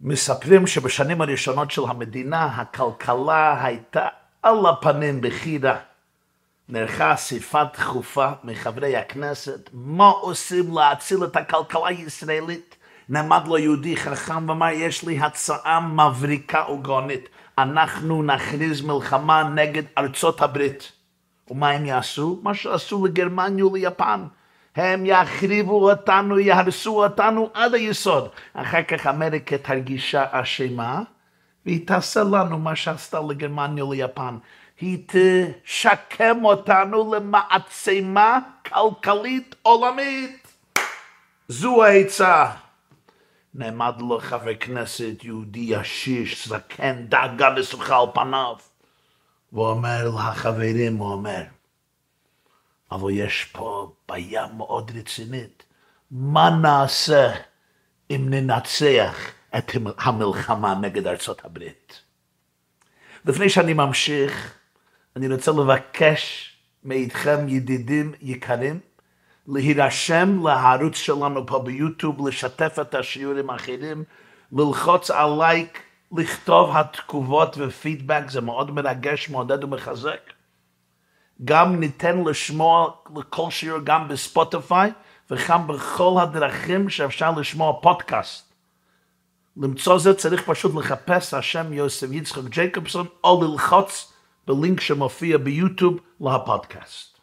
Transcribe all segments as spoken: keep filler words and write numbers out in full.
מספרים שבשנים הראשונות של המדינה, הכלכלה הייתה על הפנים בחירה. נערכה אסיפה דחופה מחברי הכנסת, מה עושים להציל את הכלכלה הישראלית? נעמד לו יהודי חכם ואמר, יש לי הצעה מבריקה וגאונית, אנחנו נכריז מלחמה נגד ארצות הברית. ומה הם יעשו? מה שעשו לגרמניה וליפן. הם יחריבו אותנו, יהרסו אותנו עד היסוד. אחר כך אמריקה תרגישה אשמה, והיא תעשה לנו מה שעשתה לגרמניה וליפן. היא תשקם אותנו למעצמה כלכלית עולמית. זו העצה. נעמד לו חבר כנסת יהודי ישיש, זקן, דאגה לסוכה על פניו. והוא אומר לחברים, הוא אומר, אבל יש פה בעיה מאוד רצינית. מה נעשה אם ננצח את המלחמה נגד ארצות הברית? לפני שאני ממשיך, אני רוצה לבקש מאיתכם ידידים יקרים, להירשם לערוץ שלנו פה ביוטיוב, לשתף את השיעורים האחרים, ללחוץ על לייק, לכתוב התגובות ופידבק, זה מאוד מרגש, מעודד ומחזק. גם ניתן לשמוע לכל שיעור גם בספוטיפיי, וגם בכל הדרכים שאפשר לשמוע פודקאסט. למצוא זה צריך פשוט לחפש השם יוסף יצחק ג'ייקובסון, או ללחוץ בלינק שמופיע ביוטיוב להפודקאסט.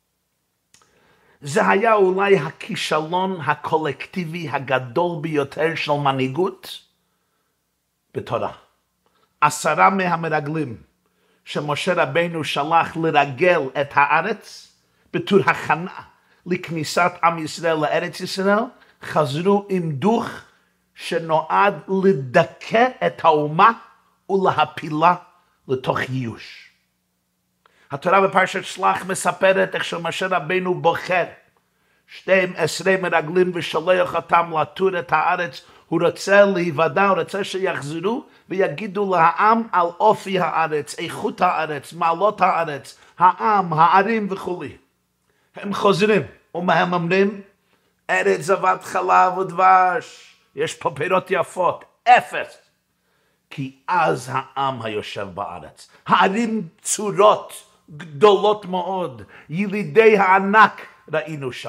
זה היה אולי הכישלון הקולקטיבי הגדול ביותר של מנהיגות בתורה. עשרה מהמרגלים שמשה רבינו שלח לרגל את הארץ בתור הכנה לכניסת עם ישראל לארץ ישראל, חזרו עם דוח שנועד לדכא את האומה ולהפילה לתוך ייאוש. התורה בפרשת שלח מספרת איך שמשה רבינו בוחר שתים עשרה מרגלים ושולח אותם לתור את הארץ. הוא רוצה להיוודע, הוא רוצה שיחזרו ויגידו לעם על אופי הארץ, איכות הארץ, מעלות הארץ, העם, הערים וכו'. הם חוזרים, ומה הם אומרים? ארץ זבת חלב ודבש, יש פה פירות יפות, אפס. כי אז העם היושב בארץ, הערים צורות גדולות מאוד, ילידי הענק ראינו שם.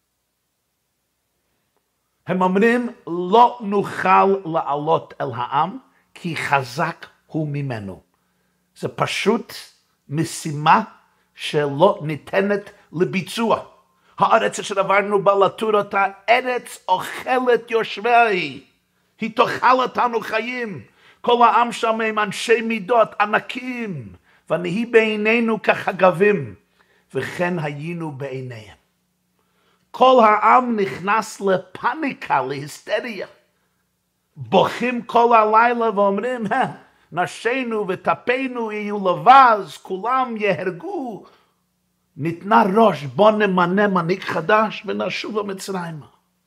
הם אומרים, לא נוכל לעלות אל העם, כי חזק הוא ממנו. זה פשוט משימה שלא ניתנת לביצוע. הארץ אשר עברנו בה לתור אותה, ארץ אוכלת יושביה היא. היא תאכל אותנו חיים. כל העם שם הם אנשי מידות, ענקים, ונהי בעינינו כחגבים, וכן היינו בעיניהם. כל העם נכנס לפניקה, להיסטריה. בוכים כל הלילה ואומרים, נשינו וטפינו יהיו לבז, כולם יהרגו. ניתנה ראש, בוא נמנה מנהיג חדש ונשוב למצרימה.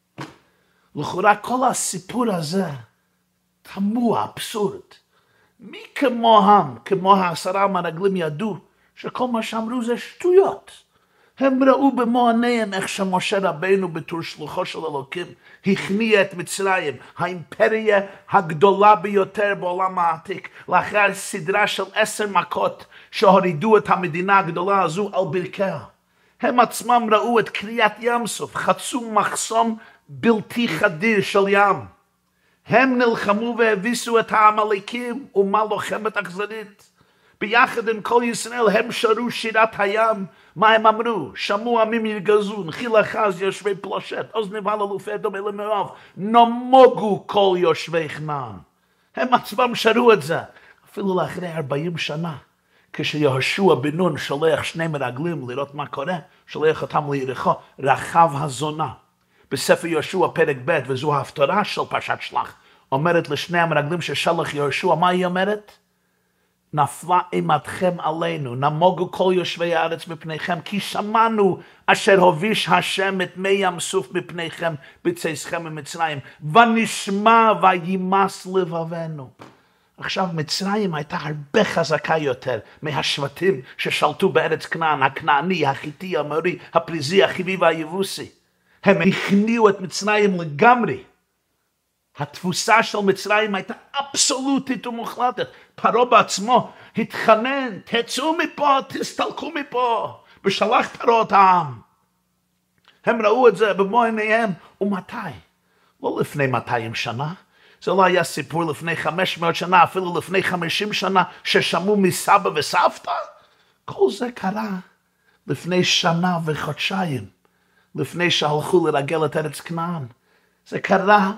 לכאורה כל הסיפור הזה תמוה, אבסורד. מי כמוהם, כמו העשרה המרגלים ידעו שכל מה שאמרו זה שטויות. הם ראו במו עיניהם איך שמשה רבינו בתור שלוחו של אלוקים הכניע את מצרים, האימפריה הגדולה ביותר בעולם העתיק, לאחר סדרה של עשר מכות שהורידו את המדינה הגדולה הזו על ברכיה. הם עצמם ראו את קריאת ים סוף, חצו מחסום בלתי חדיר של ים. הם נלחמו והביסו את העמלקים ומה לוחמת אכזרית. ביחד עם כל ישראל הם שרו שירת הים. מה הם אמרו? שמעו עמים ירגזון, חיל אחז יושבי פלשת, עוז נבהל אלופי דומה למרוב, נמוגו כל יושבי כנען. הם עצמם שרו את זה. אפילו לאחרי ארבעים שנה, כשיהושע בן נון שולח שני מרגלים לראות מה קורה, שולח אותם ליריחו, רחב הזונה. בספר יהושע פרק ב', וזו ההפטרה של פרשת שלח, אומרת לשני המרגלים ששלח יהושע, מה היא אומרת? נפלה אימתכם עלינו, נמוגו כל יושבי הארץ מפניכם, כי שמענו אשר הוביש השם את מי ים סוף מפניכם בצאתכם ממצרים, ונשמע וימס לבבנו. עכשיו מצרים הייתה הרבה חזקה יותר מהשבטים ששלטו בארץ כנען, הכנעני, החיתי, האמורי, הפריזי, החיבי והיבוסי. הם הכניעו את מצרים לגמרי. התבוסה של מצרים הייתה אבסולוטית ומוחלטת. פרעה בעצמו התחנן, תצאו מפה, תסתלקו מפה, ושלח פרעה את העם. הם ראו את זה במו עיניהם, ומתי? לא לפני מאתיים שנה, זה לא היה סיפור לפני חמש מאות שנה, אפילו לפני חמישים שנה, ששמעו מסבא וסבתא. כל זה קרה לפני שנה וחודשיים, לפני שהלכו לרגל את ארץ כנען. זה קרה,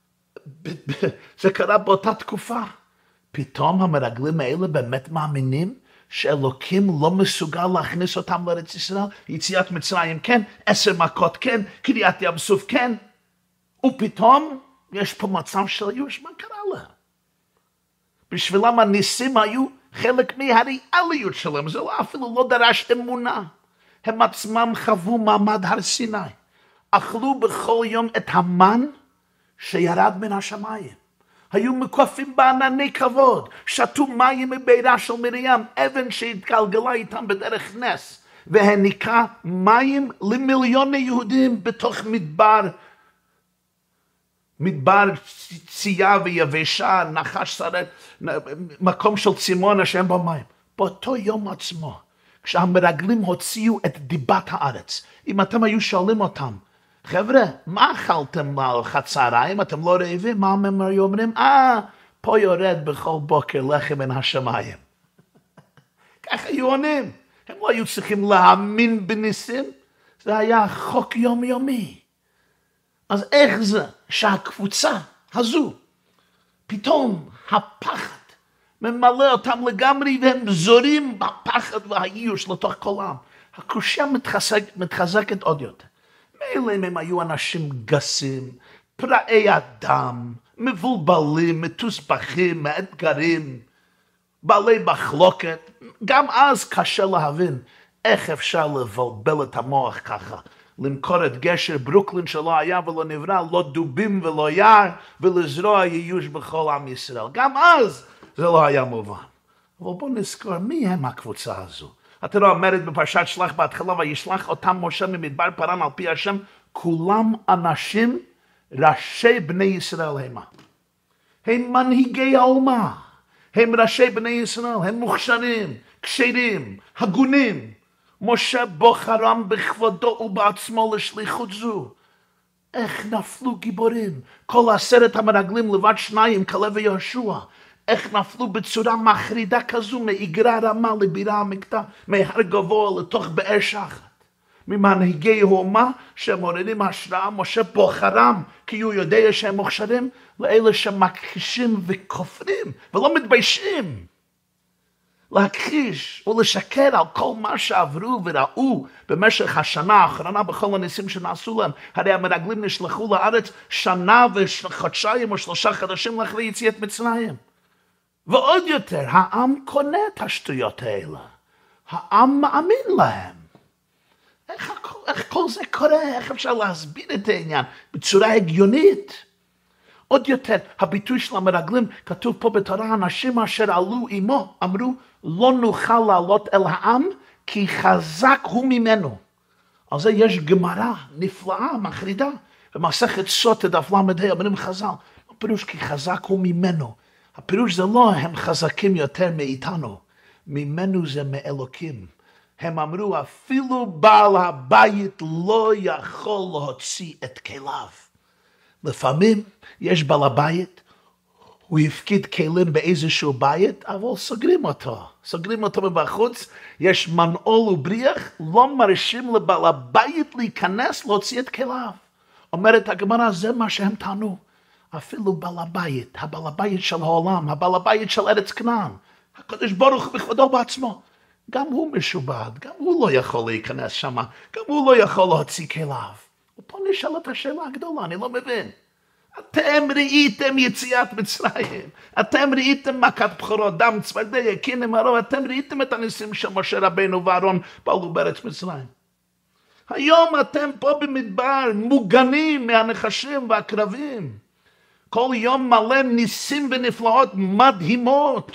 זה קרה באותה תקופה. פתאום המרגלים האלה באמת מאמינים שאלוקים לא מסוגל להכניס אותם לארץ ישראל. יציאת מצרים כן, עשר מכות כן, קריעת ים סוף כן, ופתאום יש פה מצב של ייאוש. מה קרה להם? בשבילם הניסים היו חלק מהריאליות שלהם, זה לא, אפילו לא דרש אמונה. הם עצמם חוו מעמד הר סיני, אכלו בכל יום את המן שירד מן השמיים, היו מקופים בענני כבוד, שתו מים מבירה של מרים, אבן שהתגלגלה איתם בדרך נס, והעניקה מים למיליוני יהודים בתוך מדבר, מדבר צייה ויבשה, נחש שרד, מקום של צימון השם במים. באותו יום עצמו, כשהמרגלים הוציאו את דיבת הארץ, אם אתם היו שואלים אותם, חבר'ה, מה אכלתם לארוחת צהריים? אתם לא רעבים? מה הם היו אומרים? אה, פה יורד בכל בוקר לחם מן השמיים. ככה היו עונים. הם לא היו צריכים להאמין בניסים, זה היה חוק יומיומי. אז איך זה שהקבוצה הזו, פתאום הפחד ממלא אותם לגמרי, והם זורים בפחד והייאוש לתוך כולם. הקושיה מתחזק, מתחזקת עוד יותר. מילא אם הם היו אנשים גסים, פראי אדם, מבולבלים, מתוסבכים, מאתגרים, בעלי מחלוקת, גם אז קשה להבין איך אפשר לבלבל את המוח ככה. למכור את גשר ברוקלין שלא היה ולא נברא, לא דובים ולא יער, ולזרוע ייאוש בכל עם ישראל. גם אז זה לא היה מובן. אבל בואו נזכור, מי הם הקבוצה הזו? התורה אומרת בפרשת שלח בהתחלה, וישלח אותם משה ממדבר פרן על פי השם, כולם אנשים ראשי בני ישראל המה. הם מנהיגי האומה, הם ראשי בני ישראל, הם מוכשרים, כשרים, הגונים. משה בוחרם בכבודו ובעצמו לשליחות זו. איך נפלו גיבורים, כל עשרת המרגלים לבד שניים, כלב ויהושע. איך נפלו בצורה מחרידה כזו, מאיגרה רמה לבירה המקטע, מהר גבוה לתוך באר שחת. ממנהיגי האומה שמעוררים השראה, משה בוחרם, כי הוא יודע שהם מוכשרים, לאלה שמכחישים וכופרים ולא מתביישים להכחיש ולשקר על כל מה שעברו וראו במשך השנה האחרונה בכל הניסים שנעשו להם. הרי המרגלים נשלחו לארץ שנה וחודשיים או שלושה חודשים לאחרי יציאת מצרים. ועוד יותר, העם קונה את השטויות האלה. העם מאמין להם. איך, איך כל זה קורה? איך אפשר להסביר את העניין בצורה הגיונית? עוד יותר, הביטוי של המרגלים, כתוב פה בתורה, אנשים אשר עלו עמו, אמרו, לא נוכל לעלות אל העם, כי חזק הוא ממנו. על זה יש גמרא נפלאה, מחרידה, במסכת סוטה דף למד, אומרים חז"ל, הפירוש כי חזק הוא ממנו. הפירוש זה לא הם חזקים יותר מאיתנו, ממנו זה מאלוקים. הם אמרו, אפילו בעל הבית לא יכול להוציא את כליו. לפעמים יש בעל הבית, הוא הפקיד כלים באיזשהו בית, אבל סוגרים אותו. סוגרים אותו מבחוץ, יש מנעול ובריח, לא מרשים לבעל הבית להיכנס להוציא את כליו. אומרת הגמרא, זה מה שהם טענו. אפילו בעל הבית, הבעל הבית של העולם, הבעל הבית של ארץ כנען, הקדוש ברוך בכבודו בעצמו, גם הוא משובד, גם הוא לא יכול להיכנס שם, גם הוא לא יכול להוציא כליו. ופה נשאל את השאלה הגדולה, אני לא מבין. אתם ראיתם יציאת מצרים, אתם ראיתם מכת בכורות, דם צפרדע, קינם הרוע, אתם ראיתם את הניסים של משה רבנו ואהרון פעלו בארץ מצרים. היום אתם פה במדבר מוגנים מהנחשים והקרבים. כל יום מלא ניסים ונפלאות מדהימות.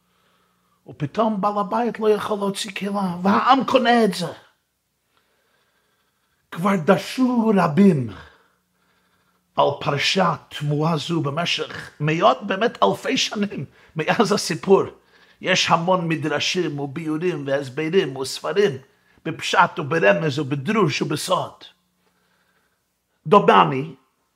ופתאום בעל הבית לא יכול להוציא כליו, והעם קונה את זה. כבר דשו רבים על פרשה תמוהה זו במשך מאות, באמת אלפי שנים מאז הסיפור. יש המון מדרשים וביורים והסברים וספרים בפשט וברמז ובדרוש ובסוד. דומני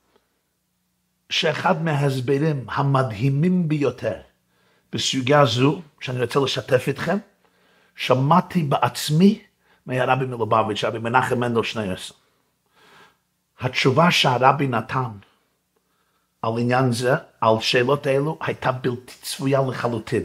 שאחד מההסברים המדהימים ביותר בסוגיה זו, שאני רוצה לשתף איתכם, שמעתי בעצמי מהרבי מלובביץ', רבי מנחם מנדל שניאורסון. התשובה שהרבי נתן על עניין זה, על שאלות אלו, הייתה בלתי צפויה לחלוטין.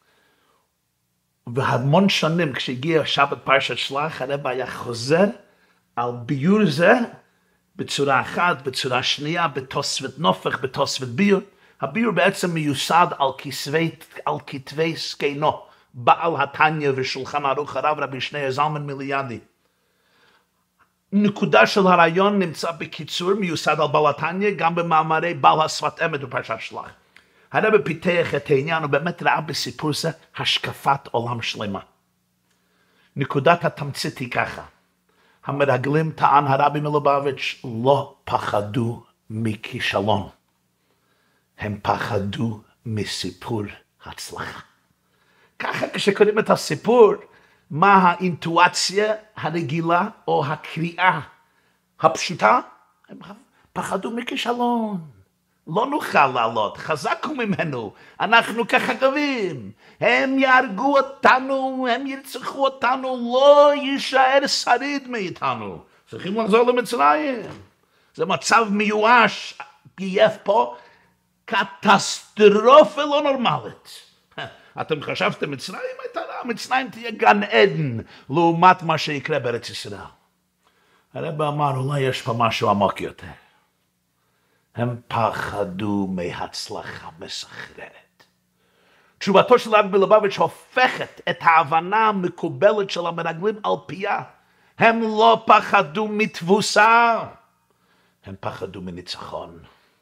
והמון שנים כשהגיע שבת פרשת שלח, הרבי היה חוזר על ביור זה בצורה אחת, בצורה שנייה, בתוספות נופך, בתוספות ביור. הביור בעצם מיוסד על כתבי, על כתבי סקינו, בעל התניא ושולחן ערוך הרב רבי שניאור זלמן מליאדי. נקודה של הרעיון נמצא בקיצור, מיוסד על בעל התניא, גם במאמרי בעל השפת אמת בפרשת שלח. הרבי פיתח את העניין, הוא באמת ראה בסיפור זה השקפת עולם שלמה. נקודת התמצית היא ככה, המרגלים, טען הרבי מלובביץ', לא פחדו מכישלון, הם פחדו מסיפור הצלחה. ככה כשקוראים את הסיפור, מה האינטואציה הרגילה או הקריאה הפשוטה? הם פחדו מכישלון. לא נוכל לעלות, חזקו ממנו, אנחנו כחגבים, הם יהרגו אותנו, הם ירצחו אותנו, לא יישאר שריד מאיתנו. צריכים לחזור למצרים. זה מצב מיואש, גייף פה, קטסטרופה לא נורמלית. אתם חשבתם מצרים הייתה רע, מצרים תהיה גן עדן, לעומת מה שיקרה בארץ ישראל. הרב אמר, אולי יש פה משהו עמוק יותר. הם פחדו מהצלחה מסחררת. תשובתו של הרבי מלובביץ' הופכת את ההבנה המקובלת של המרגלים על פיה. הם לא פחדו מתבוסה, הם פחדו מניצחון.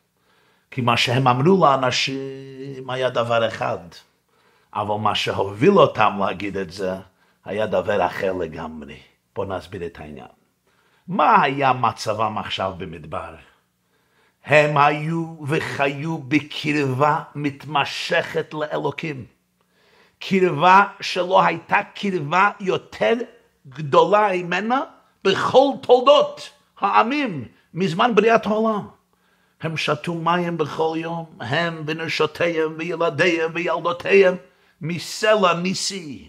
כי מה שהם אמרו לאנשים היה דבר אחד, אבל מה שהוביל אותם להגיד את זה היה דבר אחר לגמרי. בואו נסביר את העניין. מה היה מצבם עכשיו במדבר? הם היו וחיו בקרבה מתמשכת לאלוקים. קרבה שלא הייתה קרבה יותר גדולה ממנה בכל תולדות העמים מזמן בריאת העולם. הם שתו מים בכל יום, הם ונשותיהם וילדיהם וילדותיהם מסלע ניסי.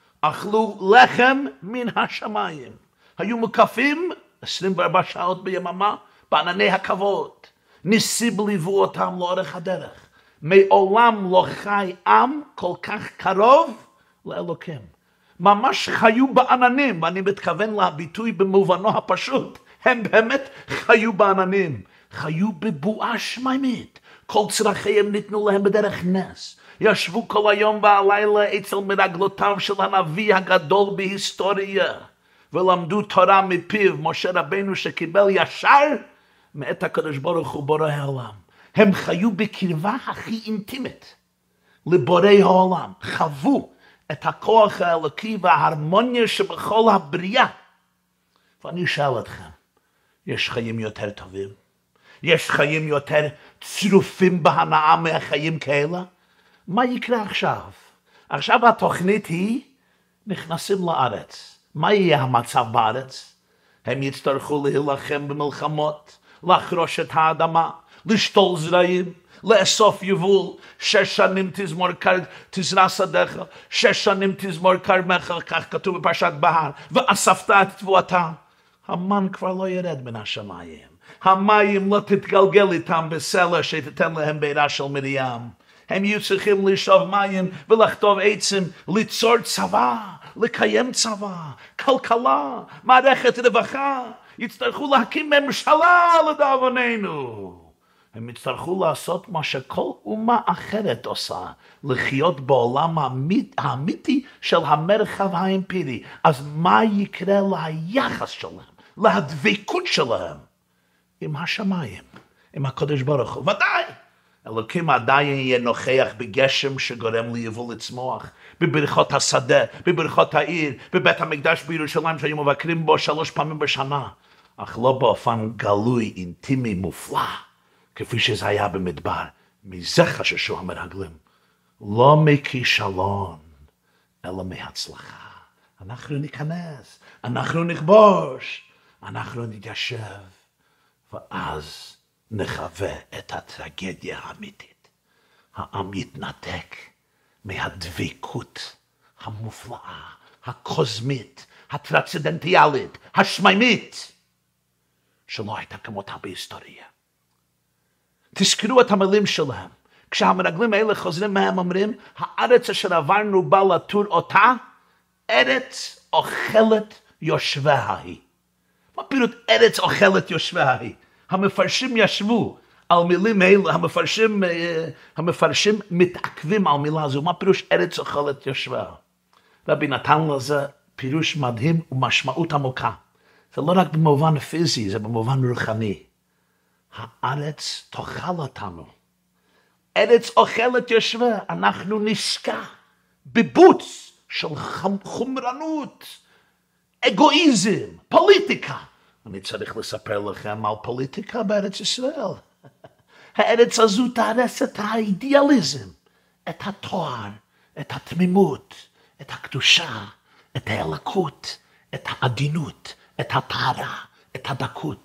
אכלו לחם מן השמיים. היו מוקפים עשרים וארבע שעות ביממה בענני הכבוד. ניסים ליוו אותם לאורך הדרך. מעולם לא חי עם כל כך קרוב לאלוקים. ממש חיו בעננים, ואני מתכוון לביטוי במובנו הפשוט. הם באמת חיו בעננים. חיו בבועה שמימית. כל צרכיהם ניתנו להם בדרך נס. ישבו כל היום והלילה אצל מרגלותיו של הנביא הגדול בהיסטוריה. ולמדו תורה מפיו, משה רבנו שקיבל ישר מאת הקדוש ברוך הוא בורא העולם. הם חיו בקרבה הכי אינטימית לבורא העולם. חוו את הכוח האלוקי וההרמוניה שבכל הבריאה. ואני אשאל אתכם, יש חיים יותר טובים? יש חיים יותר צרופים בהנאה מהחיים כאלה? מה יקרה עכשיו? עכשיו התוכנית היא, נכנסים לארץ. מה יהיה המצב בארץ? הם יצטרכו להילחם במלחמות, לחרוש את האדמה, לשתול זרעים, לאסוף יבול, שש שנים תזמור תזרע שדך, שש שנים תזמור כרמך, כך כתוב בפרשת בהר, ואספת את תבואתם. המן כבר לא ירד מן השמיים. המים לא תתגלגל איתם בסלע שתתן להם בירה של מרים. הם יהיו צריכים לשאוב מים ולכתוב עצים, ליצור צבא, לקיים צבא, כלכלה, מערכת רווחה. יצטרכו להקים ממשלה לדאבוננו. הם יצטרכו לעשות מה שכל אומה אחרת עושה, לחיות בעולם האמית, האמיתי של המרחב האמפירי. אז מה יקרה ליחס שלהם, להדבקות שלהם עם השמיים, עם הקדוש ברוך הוא? ודאי, אלוקים עדיין יהיה נוכח בגשם שגורם ליבול לצמוח, בברכות השדה, בברכות העיר, בבית המקדש בירושלים שהיו מבקרים בו שלוש פעמים בשנה, אך לא באופן גלוי, אינטימי, מופלא, כפי שזה היה במדבר. מזה חששו המרגלים. לא מכישלון, אלא מהצלחה. אנחנו ניכנס, אנחנו נכבוש, אנחנו נתיישב, ואז נחווה את הטרגדיה האמיתית. העם יתנתק מהדבקות המופלאה, הקוסמית, הטרנסצנדנטיאלית, השמיימית, שלא הייתה כמותה בהיסטוריה. תזכרו את המילים שלהם. כשהמרגלים האלה חוזרים מהם אומרים, הארץ אשר עברנו בה לתור אותה, ארץ אוכלת יושביה היא. מה פירוש ארץ אוכלת יושביה היא? המפרשים ישבו על מילים האלה, המפרשים, המפרשים מתעכבים על מילה הזו. מה פירוש ארץ אוכלת יושביה? רבי נתן לזה פירוש מדהים ומשמעות עמוקה. זה לא רק במובן פיזי, זה במובן רוחני. הארץ תאכל אותנו. ארץ אוכלת יושביה, אנחנו נשקע בבוץ של חומרנות, אגואיזם, פוליטיקה. אני צריך לספר לכם על פוליטיקה בארץ ישראל. הארץ הזו תהרס את האידיאליזם, את התואר, את התמימות, את הקדושה, את האלוקות, את העדינות, את הטהרה, את הדקות.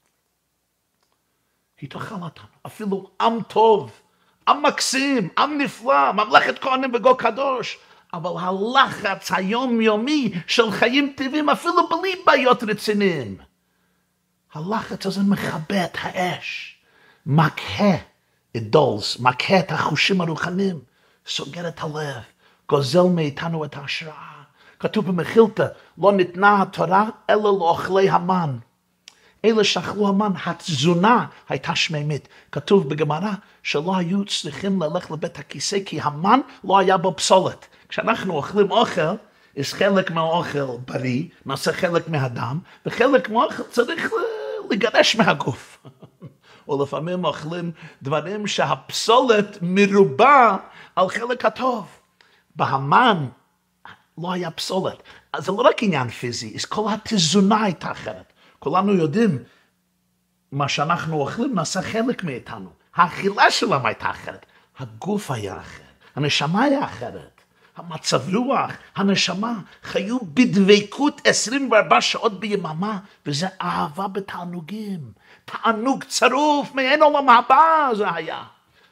היא תאכל אותנו. אפילו עם טוב, עם מקסים, עם נפלא, ממלכת כהנים וגוי קדוש, אבל הלחץ היומיומי של חיים טבעיים, אפילו בלי בעיות רציניים. הלחץ הזה מכבה את האש, מכה את דולס, מכה את החושים הרוחניים, סוגר את הלב, גוזל מאיתנו את ההשראה. כתוב במחילתא, לא ניתנה התורה אלא לאוכלי המן. אלה שאכלו המן, התזונה הייתה שמימית. כתוב בגמרא שלא היו צריכים ללכת לבית הכיסא, כי המן לא היה בו פסולת. כשאנחנו אוכלים אוכל, יש חלק מהאוכל בריא, נעשה חלק מהדם, וחלק מהאוכל צריך לגרש מהגוף. או לפעמים אוכלים דברים שהפסולת מרובה על חלק הטוב. בהמן לא היה פסולת. אז זה לא רק עניין פיזי, כל התזונה הייתה אחרת. כולנו יודעים, מה שאנחנו אוכלים נעשה חלק מאיתנו. האכילה שלהם הייתה אחרת. הגוף היה אחר, הנשמה היה אחרת. המצב רוח, הנשמה, חיו בדבקות עשרים וארבע שעות ביממה, וזה אהבה בתענוגים. תענוג צרוף, מעין עולם הבא זה היה.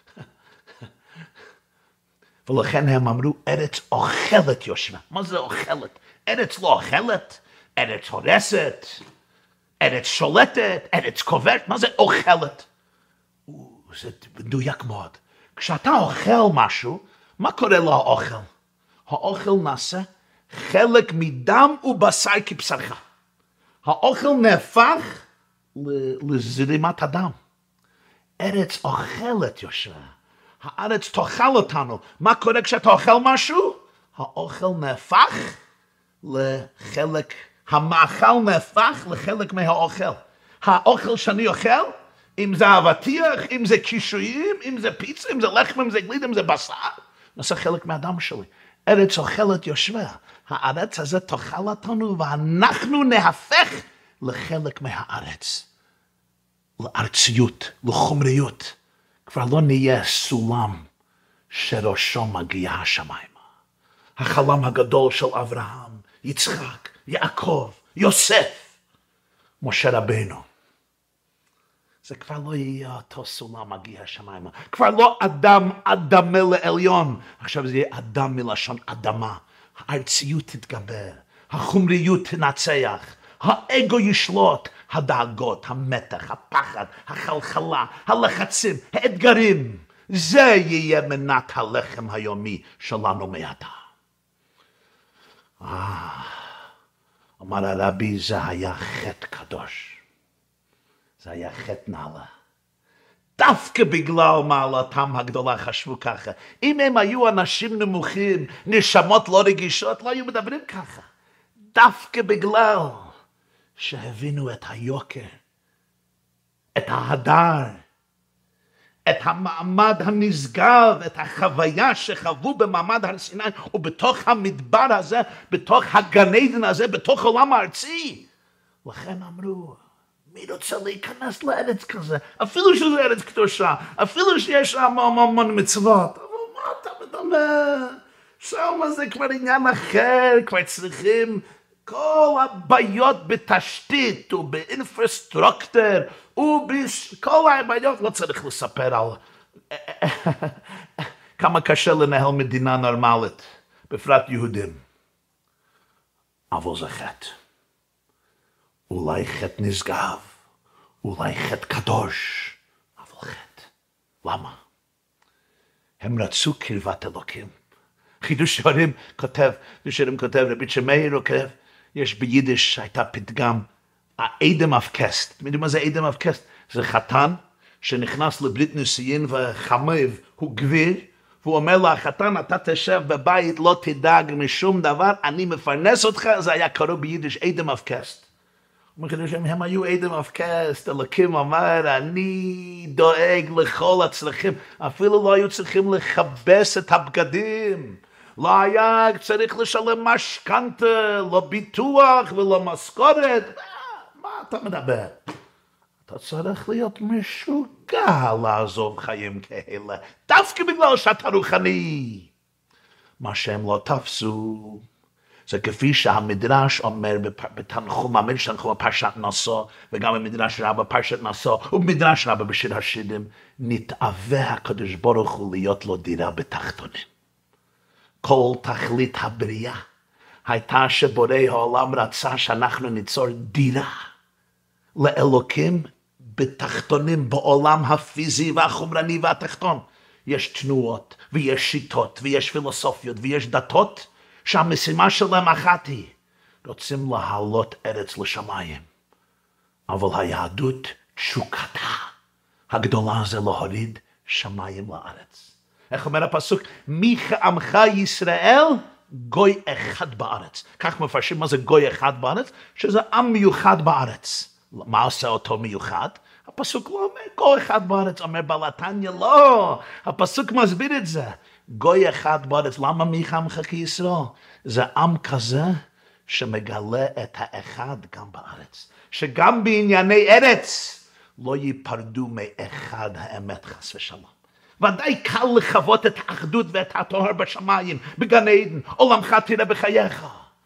ולכן הם אמרו, ארץ אוכלת יושבה. מה זה אוכלת? ארץ לא אוכלת, ארץ הורסת. ארץ שולטת, ארץ כובשת, מה זה אוכלת? זה מדויק מאוד. כשאתה אוכל משהו, מה קורה לאוכל? האוכל נעשה חלק מדם ובשר כבשרך. האוכל נהפך לזרימת הדם. ארץ אוכלת יושבה. הארץ תאכל אותנו. מה קורה כשאתה אוכל משהו? האוכל נהפך לחלק המאכל נהפך לחלק מהאוכל. האוכל שאני אוכל, אם זה אבטיח, אם זה קישואים, אם זה פיצה, אם זה לחם, אם זה גלידה, אם זה בשר, נעשה חלק מהדם שלי. ארץ אוכלת יושביה. הארץ הזה תאכל אותנו, ואנחנו נהפך לחלק מהארץ. לארציות, לחומריות. כבר לא נהיה סולם שראשו מגיע השמיימה. החלום הגדול של אברהם, יצחק, יעקב, יוסף, משה רבנו. זה כבר לא יהיה אותו סולם מגיע השמיימה. כבר לא אדם אדמה לעליון. עכשיו זה יהיה אדם מלשון אדמה. הארציות תתגבר, החומריות תנצח, האגו ישלוט, הדאגות, המתח, הפחד, החלחלה, הלחצים, האתגרים. זה יהיה מנת הלחם היומי שלנו מעתה. אה, אמר הרבי, זה היה חטא קדוש. זה היה חטא נעלה. דווקא בגלל מעלתם הגדולה חשבו ככה. אם הם היו אנשים נמוכים, נשמות לא רגישות, לא היו מדברים ככה. דווקא בגלל שהבינו את היוקר, את ההדר, את המעמד הנשגב, את החוויה שחוו במעמד הר סיני, ובתוך המדבר הזה, בתוך הגן עדן הזה, בתוך עולם הארצי. לכן אמרו, מי רוצה להיכנס לארץ כזה? אפילו שזה ארץ קדושה, אפילו שיש שם המון מצוות. אבל מה אתה מדבר? שם זה כבר עניין אחר, כבר צריכים כל הבעיות בתשתית ובאינפרסטרוקטור ובכל הבעיות, לא צריך לספר על כמה קשה לנהל מדינה נורמלית, בפרט יהודים. אבל זה חטא. אולי חטא נשגב, אולי חטא קדוש, אבל חטא. למה? הם רצו קרבת אלוקים. חידוש שערים כותב, חידוש שערים כותב, רבי שמאיר כותב, יש ביידיש, הייתה פתגם, האדם אפקסט. אתם יודעים מה זה אדם אפקסט? זה חתן שנכנס לברית נישואין וחמיו הוא גביר, והוא אומר לחתן, אתה תשב בבית, לא תדאג משום דבר, אני מפרנס אותך, זה היה קרוא ביידיש אדם אפקסט. הם היו אדם אפקסט, אלוקים אמר, אני דואג לכל הצרכים, אפילו לא היו צריכים לכבס את הבגדים, לא היה צריך לשלם משכנתה, לא ביטוח ולא משכורת, מה אתה מדבר? אתה צריך להיות משוגע לעזוב חיים כאלה, דווקא בגלל שאתה רוחני. מה שהם לא תפסו, זה כפי שהמדרש אומר בתנחום, המדרש תנחום בפרשת נשא, וגם במדרש רבה בפרשת נשא, ובמדרש רבה בשיר השירים, נתאווה הקדוש ברוך הוא להיות לו דירה בתחתונים. כל תכלית הבריאה הייתה שבורא העולם רצה שאנחנו ניצור דירה לאלוקים בתחתונים, בעולם הפיזי והחומרני והתחתון. יש תנועות ויש שיטות ויש פילוסופיות ויש דתות שהמשימה שלהם אחת היא, רוצים להעלות ארץ לשמיים. אבל היהדות תשוקתה הגדולה זה להוריד שמיים לארץ. איך אומר הפסוק? מי כעמך ישראל גוי אחד בארץ. כך מפרשים מה זה גוי אחד בארץ, שזה עם מיוחד בארץ. מה עושה אותו מיוחד? הפסוק לא אומר גוי אחד בארץ, אומר בלתניה לא, הפסוק מסביר את זה. גוי אחד בארץ, למה מי כעמך כישראל? זה עם כזה שמגלה את האחד גם בארץ. שגם בענייני ארץ לא ייפרדו מאחד האמת חס ושלום. ודאי קל לחוות את האחדות ואת הטוהר בשמיים, בגן עדן, עולמך תראה בחייך.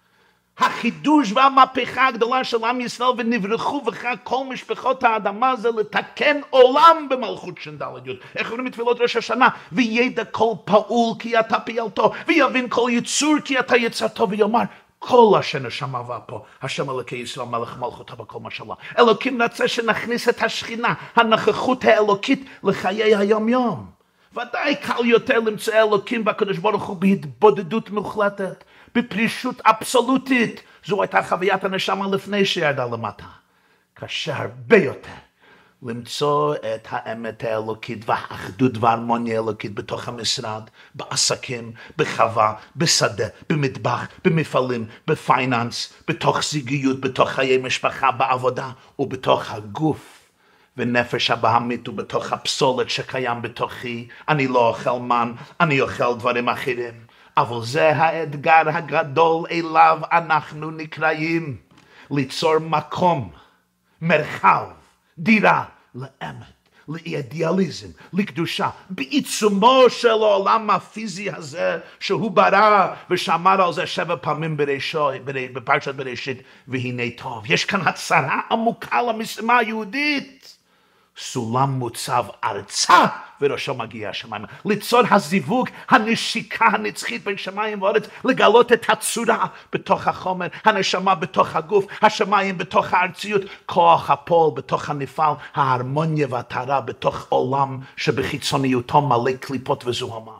החידוש והמהפכה הגדולה של עם ישראל ונברכו בך כל משפחות האדמה זה לתקן עולם במלכות ש"ד י'. איך אומרים בתפילות ראש השנה? וידע כל פעול כי אתה פעלתו, ויבין כל יצור כי אתה יצרתו, ויאמר כל אשר נשמה פה, השם אלוקי ישראל מלך מלכותו בכל משלה. אלוקים רצה שנכניס את השכינה, הנוכחות האלוקית לחיי היום יום. ודאי קל יותר למצוא אלוקים בקדוש ברוך הוא בהתבודדות מוחלטת, בפרישות אבסולוטית. זו הייתה חוויית הנשמה לפני שירדה למטה. קשה הרבה יותר למצוא את האמת האלוקית והאחדות וההרמוניה האלוקית בתוך המשרד, בעסקים, בחווה, בשדה, במטבח, במפעלים, בפייננס, בתוך זוגיות, בתוך חיי משפחה, בעבודה ובתוך הגוף. ונפש הבהמית ובתוך הפסולת שקיים בתוכי. אני לא אוכל מן, אני אוכל דברים אחרים. אבל זה האתגר הגדול אליו אנחנו נקראים. ליצור מקום, מרחב, דירה, לאמת, לאידיאליזם, לקדושה, בעיצומו של העולם הפיזי הזה שהוא ברא ושמר על זה שבע פעמים בראשית, בפרשת בראשית, והנה טוב. יש כאן הצהרה עמוקה למשימה היהודית. סולם מוצב ארצה וראשו מגיע השמיים. ליצור הזיווג, הנשיקה הנצחית בין שמיים וארץ, לגלות את הצורה בתוך החומר, הנשמה בתוך הגוף, השמיים בתוך הארציות, כוח הפועל בתוך הנפעל, ההרמוניה והטהרה בתוך עולם שבחיצוניותו מלא קליפות וזוהמה.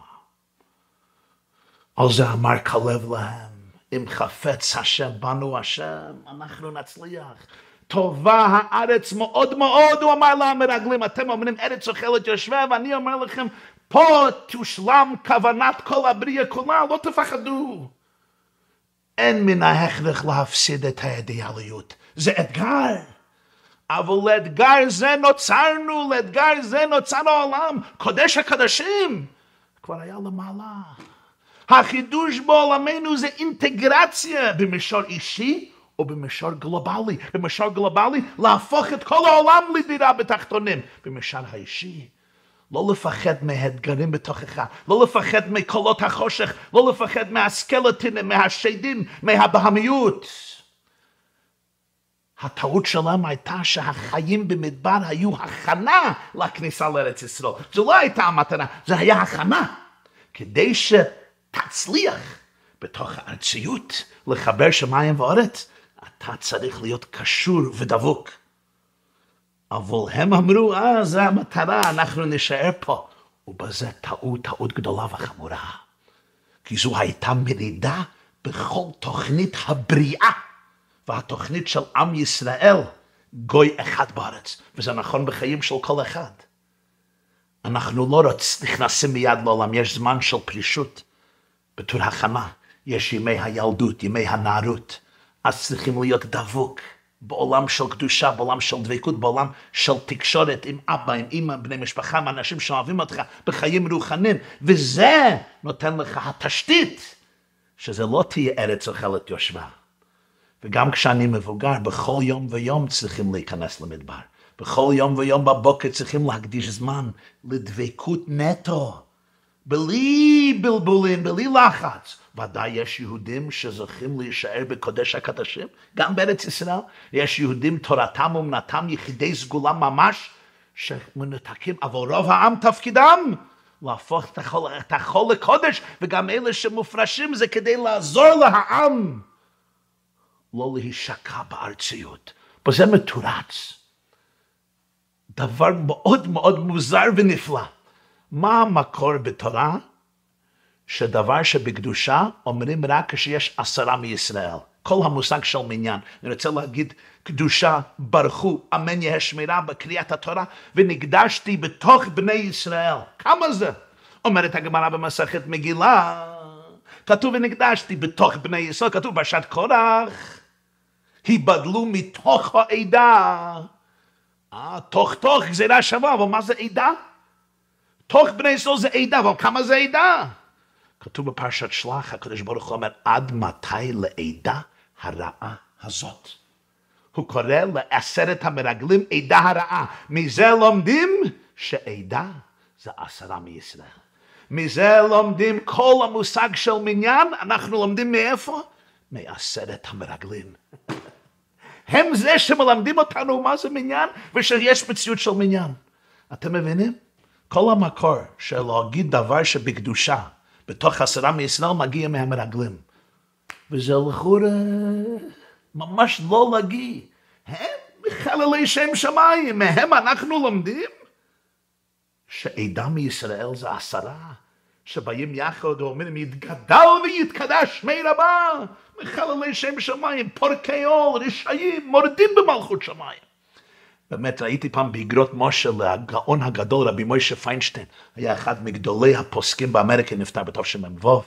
על זה אמר כלב להם, אם חפץ השם בנו השם, אנחנו נצליח. טובה הארץ מאוד מאוד, הוא אמר למרגלים, אתם אומרים ארץ אוכלת יושביה, ואני אומר לכם, פה תושלם כוונת כל הבריאה כולה, לא תפחדו. אין מן ההכרח להפסיד את האידיאליות, זה אתגר. אבל לאתגר זה נוצרנו, לאתגר זה נוצר העולם, קודש הקדשים, כבר היה למעלה. החידוש בעולמנו זה אינטגרציה במישור אישי, או במישור גלובלי. במישור גלובלי, להפוך את כל העולם לדירה בתחתונים. במישור האישי, לא לפחד מהאתגרים בתוכך, לא לפחד מקולות החושך, לא לפחד מהסקלטונים, מהשדים, מהבהמיות. הטעות שלהם הייתה שהחיים במדבר היו הכנה לכניסה לארץ ישראל. זו לא הייתה המתנה, זה היה הכנה. כדי שתצליח בתוך הארציות לחבר שמיים וארץ, אתה צריך להיות קשור ודבוק. אבל הם אמרו, אה, זה המטרה, אנחנו נשאר פה. ובזה טעות, טעות גדולה וחמורה. כי זו הייתה מרידה בכל תוכנית הבריאה. והתוכנית של עם ישראל, גוי אחד בארץ. וזה נכון בחיים של כל אחד. אנחנו לא רוצ, נכנסים מיד לעולם, יש זמן של פרישות. בתור הכנה, יש ימי הילדות, ימי הנערות. אז צריכים להיות דבוק. בעולם של קדושה, בעולם של דבקות, בעולם של תקשורת עם אבא, עם אמא, בני משפחה, עם אנשים שאוהבים אותך בחיים רוחניים, וזה נותן לך התשתית, שזה לא תהיה ארץ אוכלת יושבה. וגם כשאני מבוגר, בכל יום ויום צריכים להיכנס למדבר. בכל יום ויום בבוקר צריכים להקדיש זמן לדבקות נטו, בלי בלבולים, בלי לחץ. ודאי יש יהודים שזוכים להישאר בקודש הקדשים, גם בארץ ישראל. יש יהודים תורתם אומנתם יחידי סגולה ממש, שמנותקים, אבל רוב העם תפקידם להפוך את החול, את החול לקודש, וגם אלה שמופרשים זה כדי לעזור לעם, לא להישקע בארציות. וזה מתורץ. דבר מאוד מאוד מוזר ונפלא. מה המקור בתורה? שדבר שבקדושה אומרים רק כשיש עשרה מישראל. כל המושג של מניין. אני רוצה להגיד קדושה, ברכו, אמן יהא שמירה בקריאת התורה, ונקדשתי בתוך בני ישראל. כמה זה? אומרת הגמרא במסכת מגילה, כתוב ונקדשתי בתוך בני ישראל, כתוב פרשת קורח, היבדלו מתוך העדה. אה, תוך תוך גזירה שווה, אבל מה זה עדה? תוך בני ישראל זה עדה, אבל כמה זה עדה? כתוב בפרשת שלח, הקדוש ברוך הוא אומר, עד מתי לעדה הרעה הזאת? הוא קורא לעשרת המרגלים עדה הרעה. מזה לומדים שעדה זה עשרה מישראל. מזה לומדים כל המושג של מניין, אנחנו לומדים מאיפה? מעשרת המרגלים. הם זה שמלמדים אותנו מה זה מניין, ושיש מציאות של מניין. אתם מבינים? כל המקור של להגיד דבר שבקדושה, בתוך עשרה מישראל מגיע מהמרגלים. וזה לכאורה ממש לא להגיד. הם מחללי שם שמיים, מהם אנחנו לומדים שעדה מישראל זה עשרה, שבאים יחד ואומרים יתגדל ויתקדש שמי רבה, מחללי שם שמיים, פורקי עול, רשעים, מורדים במלכות שמיים. באמת ראיתי פעם באגרות משה לגאון הגדול רבי מוישה פיינשטיין, היה אחד מגדולי הפוסקים באמריקה, נפטר בתשמ"ו.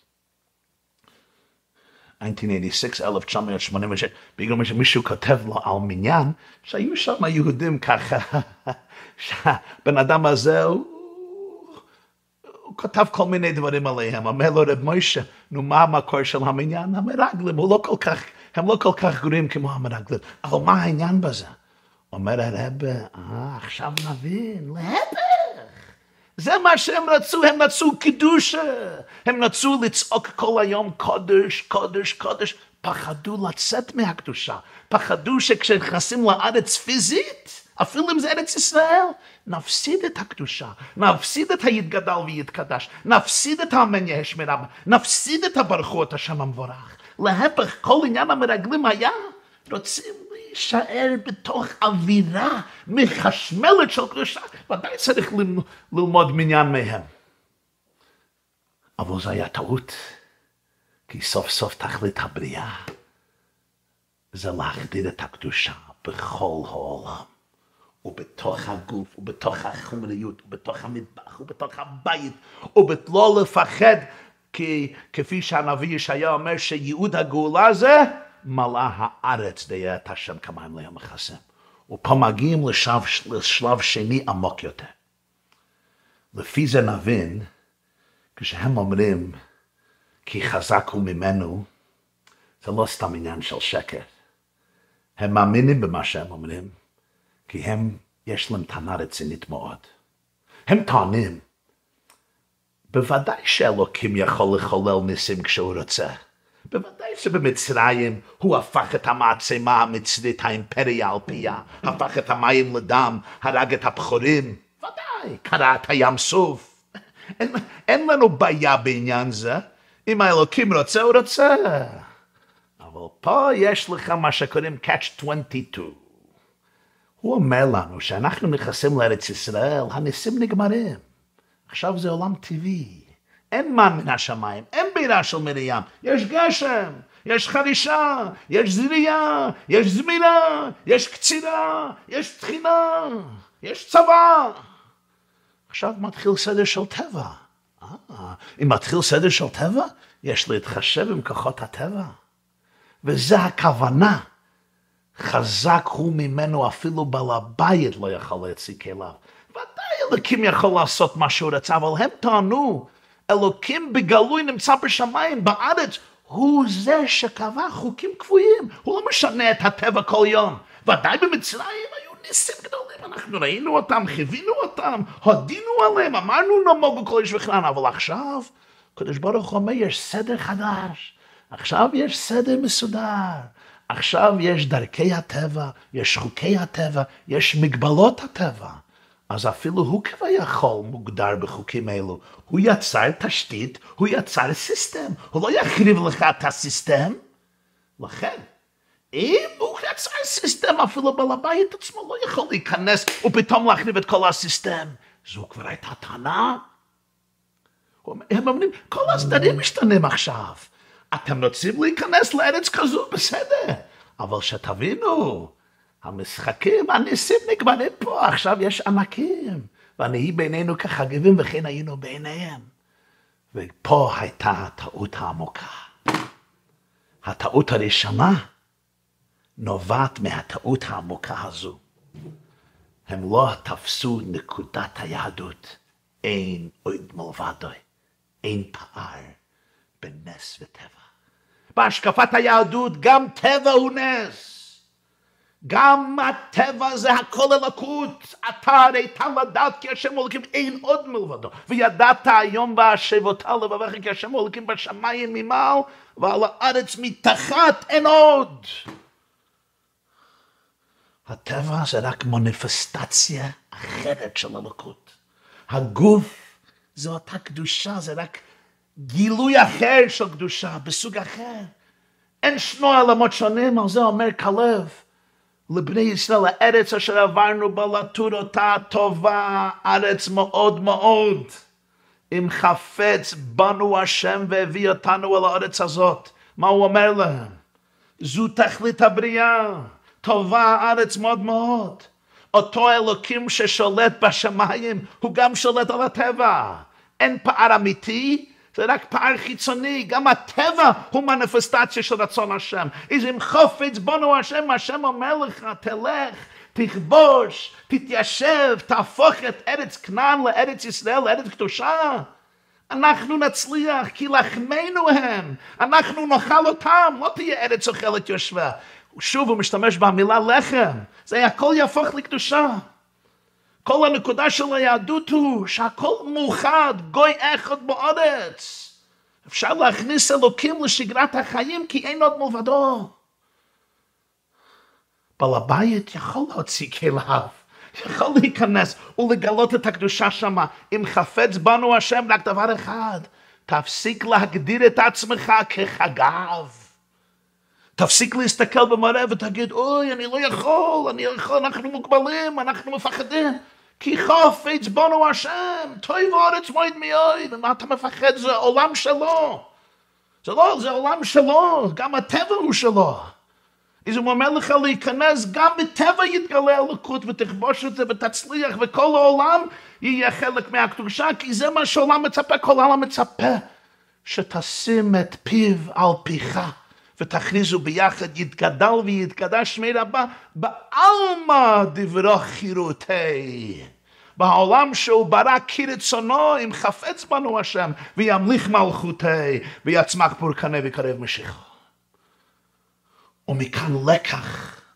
אלף תשע מאות שמונים ושש, בגלל שמישהו כותב לו על מניין, שהיו שם יהודים ככה, שהבן אדם הזה, הוא, הוא כותב כל מיני דברים עליהם, אומר לו רב מוישה, נו מה המקור של המניין? המרגלים, הוא לא כל כך, הם לא כל כך גרועים כמו המרגלים, אבל מה העניין בזה? אומר הרב, אה, עכשיו נבין, להפך. זה מה שהם רצו, הם רצו קידושה. הם רצו לצעוק כל היום קודש, קודש, קודש. פחדו לצאת מהקדושה. פחדו שכשנכנסים לארץ פיזית, אפילו אם זה ארץ ישראל, נפסיד את הקדושה. נפסיד את היתגדל ויתקדש. נפסיד את האמן יהא שמירה. נפסיד את הברכו את השם המבורך. להפך, כל עניין המרגלים היה, רוצים להישאר בתוך אווירה מחשמלת של קדושה, ודאי צריך ללמוד מניין מהם. אבל זה היה טעות, כי סוף סוף תכלית הבריאה זה להחדיר את הקדושה בכל העולם, ובתוך הגוף, ובתוך החומריות, ובתוך המטבח, ובתוך הבית, ובלא לפחד, כי כפי שהנביא ישעיה אומר שייעוד הגאולה זה מלאה הארץ דיה את השם כמים לים מכסים. ופה מגיעים לשלב, לשלב שני עמוק יותר. לפי זה נבין, כשהם אומרים כי חזק הוא ממנו, זה לא סתם עניין של שקר. הם מאמינים במה שהם אומרים, כי הם, יש להם טענה רצינית מאוד. הם טוענים, בוודאי שאלוקים יכול לחולל ניסים כשהוא רוצה. בוודאי שבמצרים הוא הפך את המעצמה המצרית, האימפריה על פיה, הפך את המים לדם, הרג את הבחורים. ודאי, קרע את הים סוף. אין, אין לנו בעיה בעניין זה. אם האלוקים רוצה, הוא רוצה. אבל פה יש לך מה שקוראים catch twenty-two. הוא אומר לנו שאנחנו נכנסים לארץ ישראל, הניסים נגמרים. עכשיו זה עולם טבעי. אין מן מן השמיים, אין בירה של מרים. יש גשם, יש חרישה, יש זריעה, יש זמירה, יש קצירה, יש תחינה, יש צבא. עכשיו מתחיל סדר של טבע. אה, אם מתחיל סדר של טבע, יש להתחשב עם כוחות הטבע. וזה הכוונה. חזק הוא ממנו, אפילו בעל הבית לא יכול להוציא כליו. ודאי אלוקים יכול לעשות מה שהוא רצה, אבל הם טענו, אלוקים בגלוי נמצא בשמיים, בארץ, הוא זה שקבע חוקים קבועים, הוא לא משנה את הטבע כל יום. ודאי במצרים היו ניסים גדולים, אנחנו ראינו אותם, חווינו אותם, הודינו עליהם, אמרנו נמוגו כל איש וכנען, אבל עכשיו, קדוש ברוך הוא אומר, יש סדר חדש, עכשיו יש סדר מסודר, עכשיו יש דרכי הטבע, יש חוקי הטבע, יש מגבלות הטבע. אז אפילו הוא כביכול מוגדר בחוקים אלו. הוא יצר תשתית, הוא יצר סיסטם. הוא לא יחריב לך את הסיסטם. לכן, אם הוא יצר סיסטם, אפילו בעל הבית עצמו לא יכול להיכנס ופתאום להחריב את כל הסיסטם. זו כבר הייתה טענה. הם אומרים, כל הסדרים משתנים עכשיו. אתם רוצים להיכנס לארץ כזו, בסדר. אבל שתבינו, המשחקים, הניסים נגמרים פה, עכשיו יש ענקים. ונהי בינינו כחגבים וכן היינו ביניהם. ופה הייתה הטעות העמוקה. הטעות הראשונה נובעת מהטעות העמוקה הזו. הם לא תפסו נקודת היהדות. אין עוד מלבדו, אין פער בין נס וטבע. בהשקפת היהדות גם טבע הוא נס. גם הטבע זה הכל אלוקות. אתה הרי אתה לדעת כי השם אלוקים אין עוד מלבדו. וידעת היום והשבות לבבך כי השם אלוקים בשמיים ממעל ועל הארץ מתחת אין עוד. הטבע זה רק מניפסטציה אחרת של אלוקות. הגוף זה אותה קדושה, זה רק גילוי אחר של קדושה, בסוג אחר. אין שני עולמות שונים, על זה אומר כלב. לבני ישראל, הארץ אשר עברנו בה לתור אותה טובה, ארץ מאוד מאוד. אם חפץ בנו השם והביא אותנו אל הארץ הזאת. מה הוא אומר להם? זו תכלית הבריאה. טובה ארץ מאוד מאוד. אותו אלוקים ששולט בשמיים, הוא גם שולט על הטבע. אין פער אמיתי, זה רק פער חיצוני. גם הטבע הוא מניפסטציה של רצון השם. אז אם חופץ בנו השם, השם אומר לך, תלך, תכבוש, תתיישב, תהפוך את ארץ כנען לארץ ישראל, לארץ קדושה. אנחנו נצליח, כי לחמנו הם. אנחנו נאכל אותם, לא תהיה ארץ אוכלת יושבה. שוב הוא משתמש במילה לחם. זה הכל יהפוך לקדושה. כל הנקודה של היהדות הוא שהכל מאוחד, גוי אחד בארץ. אפשר להכניס אלוקים לשגרת החיים כי אין עוד מלבדו. בעל הבית יכול להוציא כליו, יכול להיכנס ולגלות את הקדושה שמה. אם חפץ בנו השם רק דבר אחד, תפסיק להגדיר את עצמך כחגב. תפסיק להסתכל במראה ותגיד, אוי, אני לא יכול, אני יכול, אנחנו מוגבלים, אנחנו מפחדים. כי חופץ בנו השם, טוב ארץ מועד מאויד, ומה אתה מפחד? זה עולם שלו. זה לא, זה עולם שלו, גם הטבע הוא שלו. אז הוא אומר לך להיכנס, גם בטבע יתגלה אלוקות ותכבוש את זה ותצליח, וכל העולם יהיה חלק מהקדושה, כי זה מה שהעולם מצפה, כל העולם מצפה, שתשים את פיו על פיך. ותכריזו ביחד יתגדל ויתקדש שמי רבה בעלמא דברו חירותי. בעולם שהוא ברא כרצונו אם חפץ בנו השם וימליך מלכותי ויצמח פורקנה וקרב משיחו. ומכאן לקח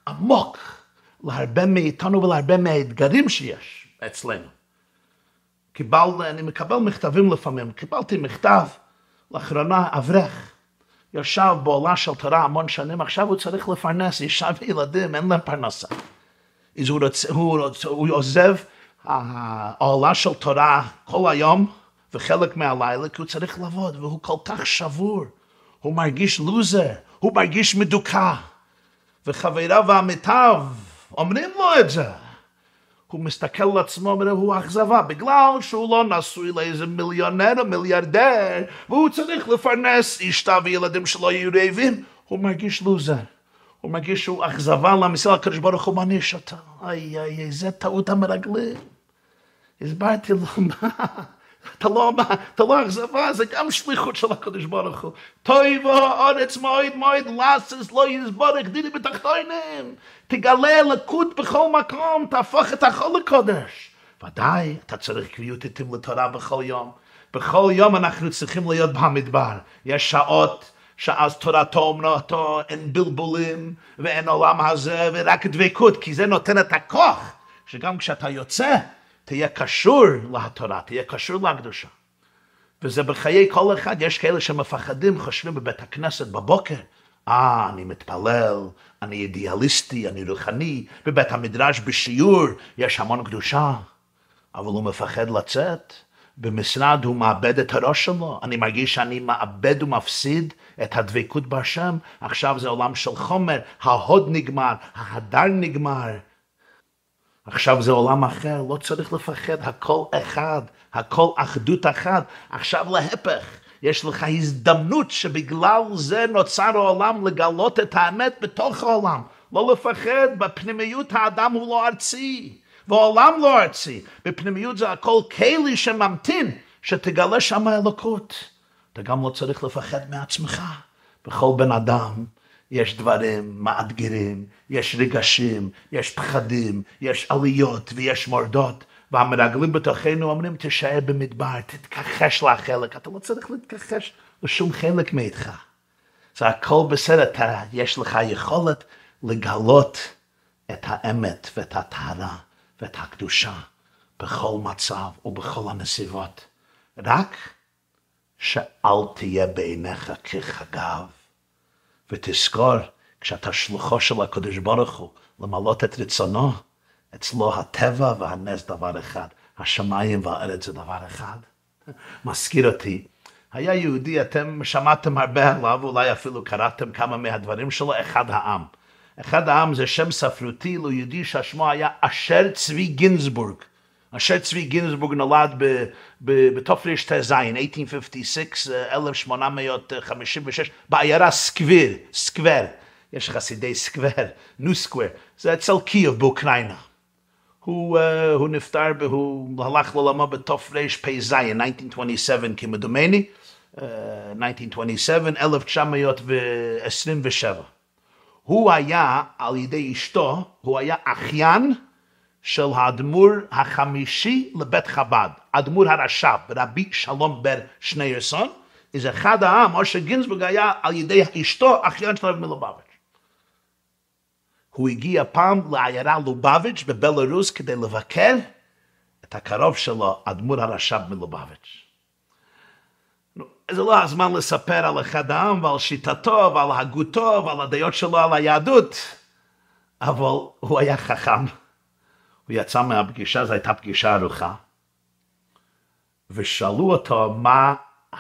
עמוק להרבה מאיתנו ולהרבה מהאתגרים שיש אצלנו. קיבל, אני מקבל מכתבים לפעמים, קיבלתי מכתב, לאחרונה אברך, יושב בעולה של תורה המון שנים, עכשיו הוא צריך לפרנס, אישה וילדים, אין להם פרנסה. אז הוא, רוצ, הוא, רוצ, הוא עוזב העולה של תורה כל היום, וחלק מהלילה, כי הוא צריך לעבוד, והוא כל כך שבור, הוא מרגיש לוזר, הוא מרגיש מדוכא, וחבריו ועמיתיו אומרים לו את זה. הוא מסתכל על עצמו והוא אכזבה, בגלל שהוא לא נשוי לאיזה מיליונר או מיליארדר, והוא צריך לפרנס אשתו וילדים שלו יהיו רעבים, הוא מרגיש לוזר. הוא מרגיש שהוא אכזבה למסילה, הקדוש ברוך הוא מעניש אותו. איי איי איי, זה טעות המרגלים. הסברתי לו, מה? אתה לא, אתה לא אכזבה, זה גם שליחות של הקדוש ברוך הוא. טוב אורץ מועד מועד לסס לא יסבורך דידי בתחתונים. תגלה אלוקות בכל מקום, תהפוך את הכל לקודש. ודאי, אתה צריך קביעות איתים לתורה בכל יום. בכל יום אנחנו צריכים להיות במדבר. יש שעות שאז תורתו אומנותו, אין בלבולים ואין עולם הזה ורק דבקות, כי זה נותן את הכוח, שגם כשאתה יוצא, תהיה קשור לתורה, תהיה קשור לקדושה. וזה בחיי כל אחד, יש כאלה שמפחדים, חושבים בבית הכנסת בבוקר, אה, אני מתפלל, אני אידיאליסטי, אני רוחני, בבית המדרש בשיעור, יש המון קדושה, אבל הוא מפחד לצאת, במשרד הוא מאבד את הראש שלו, אני מרגיש שאני מאבד ומפסיד את הדבקות בהשם, עכשיו זה עולם של חומר, ההוד נגמר, ההדר נגמר, עכשיו זה עולם אחר, לא צריך לפחד, הכל אחד, הכל אחדות אחת. עכשיו להפך, יש לך הזדמנות שבגלל זה נוצר העולם לגלות את האמת בתוך העולם. לא לפחד, בפנימיות האדם הוא לא ארצי, והעולם לא ארצי. בפנימיות זה הכל כלי שממתין, שתגלה שם האלוקות. אתה גם לא צריך לפחד מעצמך. בכל בן אדם יש דברים מאתגרים, יש רגשים, יש פחדים, יש עליות ויש מורדות, והמרגלים בתוכנו אומרים, תשאר במדבר, תתכחש לחלק, אתה לא צריך להתכחש לשום חלק מאיתך. זה הכל בסדר, אתה, יש לך יכולת לגלות את האמת ואת הטהרה ואת הקדושה בכל מצב ובכל הנסיבות. רק שאל תהיה בעיניך כחגב. ותזכור, כשאתה שלוחו של הקדוש ברוך הוא, למלות את רצונו, אצלו הטבע והנס דבר אחד, השמיים והארץ זה דבר אחד. מזכיר אותי, היה יהודי, אתם שמעתם הרבה עליו, אולי אפילו קראתם כמה מהדברים שלו, אחד העם. אחד העם זה שם ספרותי ליהודי שהשמו היה אשר צבי גינזבורג. אשר צבי גינזבורג נולד בתופריש תזין, אלף שמונה מאות חמישים ושש, בעיירה סקוויר, סקוור, יש חסידי סקוור, ניו סקוור, זה אצל קייב באוקראינה. הוא, uh, הוא נפטר, הוא הלך לעולמו בתופריש פזין, אלף תשע מאות עשרים ושבע כמדומני, uh, אלף תשע מאות עשרים ושבע. הוא היה, על ידי אשתו, הוא היה אחיין, של האדמו"ר החמישי לבית חב"ד, האדמו"ר הרש"ב, רבי שלום בר שניירסון, is אחד העם, אשר גינזבורג היה על ידי אשתו, אחיין של הרב מלובביץ'. הוא הגיע פעם לעיירה לובביץ' בבלרוס כדי לבקר את הקרוב שלו, האדמו"ר הרש"ב מלובביץ'. זה לא הזמן לספר על אחד העם ועל שיטתו ועל הגותו ועל הדעות שלו על היהדות, אבל הוא היה חכם. הוא יצא מהפגישה, זו הייתה פגישה ארוכה, ושאלו אותו מה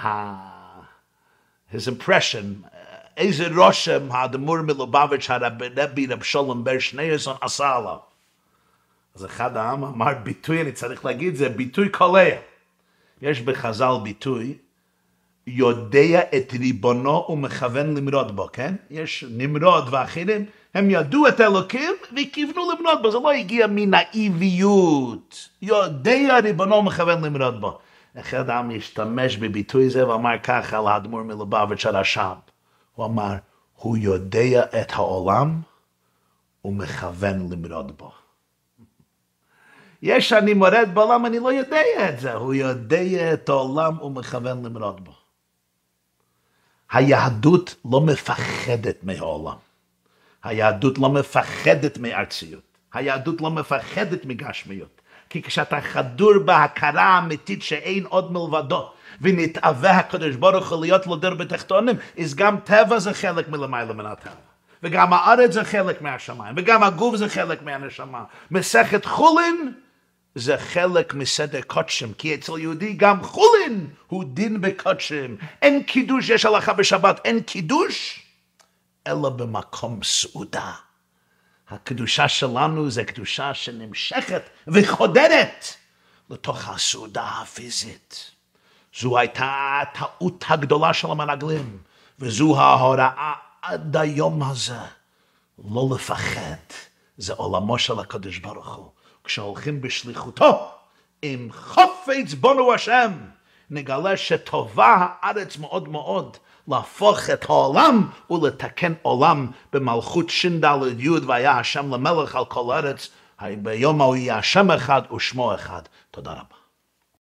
his impression, איזה רושם האדמו"ר מלובביץ' הרבי רב שלום בר שניירסון עשה עליו. אז אחד העם אמר ביטוי, אני צריך להגיד, זה ביטוי קולע. יש בחז"ל ביטוי, יודע את ריבונו ומכוון למרוד בו, כן? יש נמרוד ואחרים, הם ידעו את אלוקים וכיוונו למרוד בו, זה לא הגיע מנאיביות. יודע ריבונו ומכוון למרוד בו. אחד העם השתמש בביטוי זה ואמר ככה על האדמו"ר מלובביץ' הרש"ב. הוא אמר, הוא יודע את העולם ומכוון למרוד בו. יש אני מורד בעולם, אני לא יודע את זה. הוא יודע את העולם ומכוון למרוד בו. היהדות לא מפחדת מהעולם. היהדות לא מפחדת מארציות. היהדות לא מפחדת מגשמיות. כי כשאתה חדור בהכרה האמיתית שאין עוד מלבדו, ונתאווה הקדוש ברוך הוא להיות לו דר בתחתונים, אז גם טבע זה חלק מלמעלה מן הטבע. וגם הארץ זה חלק מהשמיים, וגם הגוף זה חלק מהנשמה. מסכת חולין זה חלק מסדר קודשים, כי אצל יהודי גם חולין הוא דין בקודשים. אין קידוש, יש הלכה בשבת, אין קידוש, אלא במקום סעודה. הקדושה שלנו זה קדושה שנמשכת וחודרת לתוך הסעודה הפיזית. זו הייתה הטעות הגדולה של המרגלים, וזו ההוראה עד היום הזה. לא לפחד, זה עולמו של הקדוש ברוך הוא. כשהולכים בשליחותו, עם חופץ בנו השם, נגלה שטובה הארץ מאוד מאוד, להפוך את העולם ולתקן עולם במלכות ש"ד י' והיה השם למלך על כל הארץ, ביום ההוא יהיה השם אחד ושמו אחד. תודה רבה.